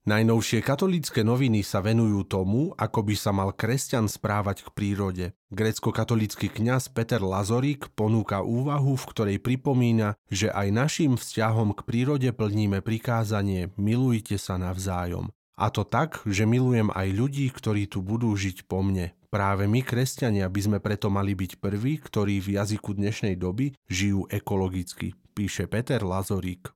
Najnovšie katolícke noviny sa venujú tomu, ako by sa mal kresťan správať k prírode. Grécko-katolícky kňaz Peter Lazorík ponúka úvahu, v ktorej pripomína, že aj naším vzťahom k prírode plníme prikázanie milujte sa navzájom. A to tak, že milujem aj ľudí, ktorí tu budú žiť po mne. Práve my, kresťania, by sme preto mali byť prví, ktorí v jazyku dnešnej doby žijú ekologicky, píše Peter Lazorík.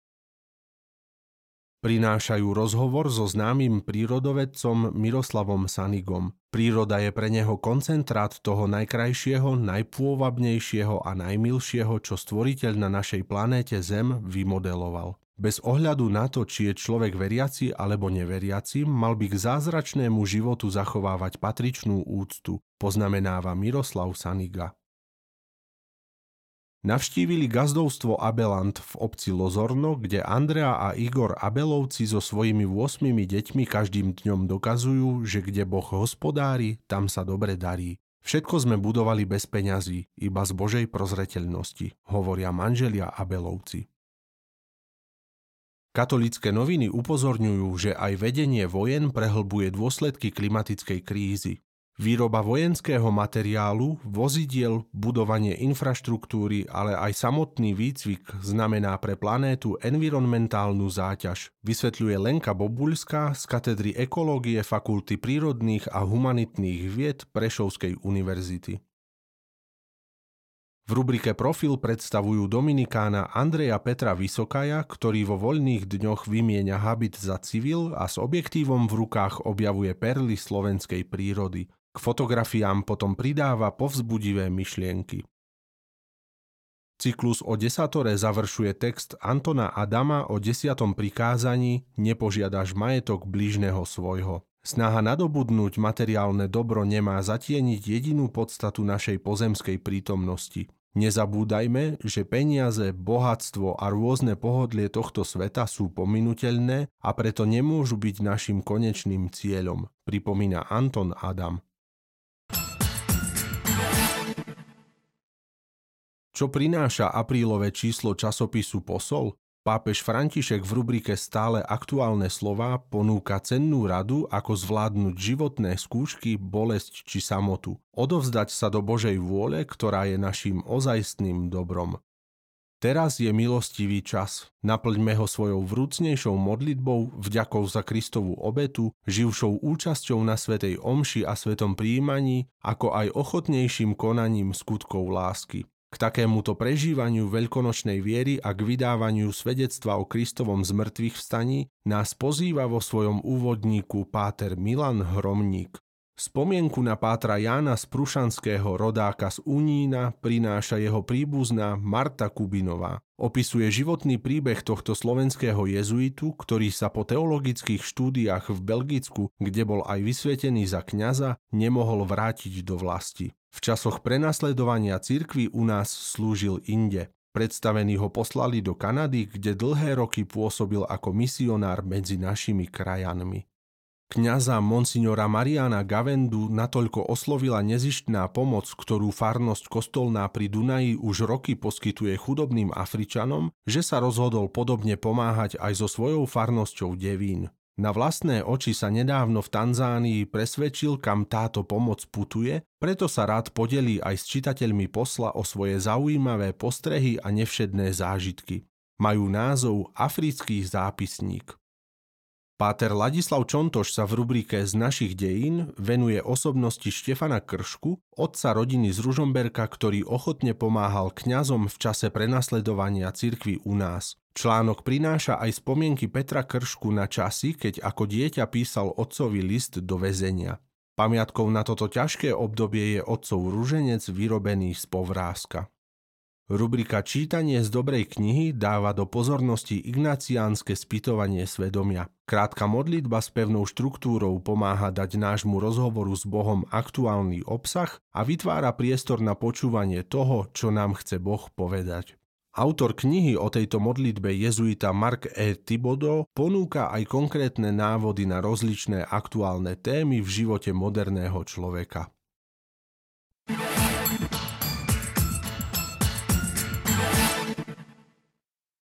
Prinášajú rozhovor so známym prírodovedcom Miroslavom Sanigom. Príroda je pre neho koncentrát toho najkrajšieho, najpôvabnejšieho a najmilšieho, čo stvoriteľ na našej planéte Zem vymodeloval. Bez ohľadu na to, či je človek veriaci alebo neveriaci, mal by k zázračnému životu zachovávať patričnú úctu, poznamenáva Miroslav Saniga. Navštívili gazdovstvo Abeland v obci Lozorno, kde Andrea a Igor Abelovci so svojimi 8 deťmi každým dňom dokazujú, že kde Boh hospodári, tam sa dobre darí. Všetko sme budovali bez peňazí, iba z Božej prozreteľnosti, hovoria manželia Abelovci. Katolícke noviny upozorňujú, že aj vedenie vojen prehlbuje dôsledky klimatickej krízy. Výroba vojenského materiálu, vozidiel, budovanie infraštruktúry, ale aj samotný výcvik znamená pre planétu environmentálnu záťaž, vysvetľuje Lenka Bobuľská z katedry ekológie Fakulty prírodných a humanitných vied Prešovskej univerzity. V rubrike Profil predstavujú dominikána Andreja Petra Vysokaja, ktorý vo voľných dňoch vymieňa habit za civil a s objektívom v rukách objavuje perly slovenskej prírody. K fotografiám potom pridáva povzbudivé myšlienky. Cyklus o desatore završuje text Antona Adama o 10. prikázaní Nepožiadaš majetok blížneho svojho. Snaha nadobudnúť materiálne dobro nemá zatieniť jedinú podstatu našej pozemskej prítomnosti. Nezabúdajme, že peniaze, bohatstvo a rôzne pohodlie tohto sveta sú pominuteľné a preto nemôžu byť našim konečným cieľom, pripomína Anton Adam. Čo prináša aprílové číslo časopisu Posol? Pápež František v rubrike Stále aktuálne slová ponúka cennú radu, ako zvládnuť životné skúšky, bolesť či samotu. Odovzdať sa do Božej vôle, ktorá je naším ozajstným dobrom. Teraz je milostivý čas. Naplňme ho svojou vrúcnejšou modlitbou, vďakou za Kristovu obetu, živšou účasťou na svätej omši a svetom prijímaní, ako aj ochotnejším konaním skutkov lásky. K takémuto prežívaniu veľkonočnej viery a k vydávaniu svedectva o Kristovom zmŕtvychvstaní nás pozýva vo svojom úvodníku páter Milan Hromník. Spomienku na pátra Jána z Prušanského, rodáka z Unína, prináša jeho príbuzná Marta Kubinová. Opisuje životný príbeh tohto slovenského jezuitu, ktorý sa po teologických štúdiách v Belgicku, kde bol aj vysvetený za kňaza, nemohol vrátiť do vlasti. V časoch prenasledovania cirkvi u nás slúžil inde. Predstavení ho poslali do Kanady, kde dlhé roky pôsobil ako misionár medzi našimi krajanmi. Kňaza monsignora Mariana Gavendu natoľko oslovila nezištná pomoc, ktorú farnosť kostolná pri Dunaji už roky poskytuje chudobným Afričanom, že sa rozhodol podobne pomáhať aj so svojou farnosťou Devín. Na vlastné oči sa nedávno v Tanzánii presvedčil, kam táto pomoc putuje, preto sa rád podelí aj s čitateľmi Posla o svoje zaujímavé postrehy a nevšedné zážitky. Majú názov Africký zápisník. Páter Ladislav Čontoš sa v rubrike Z našich dejín venuje osobnosti Štefana Kršku, otca rodiny z Ružomberka, ktorý ochotne pomáhal kňazom v čase prenasledovania cirkvi u nás. Článok prináša aj spomienky Petra Kršku na časy, keď ako dieťa písal otcovi list do väzenia. Pamiatkou na toto ťažké obdobie je otcov ruženec vyrobený z povrázka. Rubrika Čítanie z dobrej knihy dáva do pozornosti ignaciánske spytovanie svedomia. Krátka modlitba s pevnou štruktúrou pomáha dať nášmu rozhovoru s Bohom aktuálny obsah a vytvára priestor na počúvanie toho, čo nám chce Boh povedať. Autor knihy o tejto modlitbe jezuita Mark E. Thibodeau ponúka aj konkrétne návody na rozličné aktuálne témy v živote moderného človeka.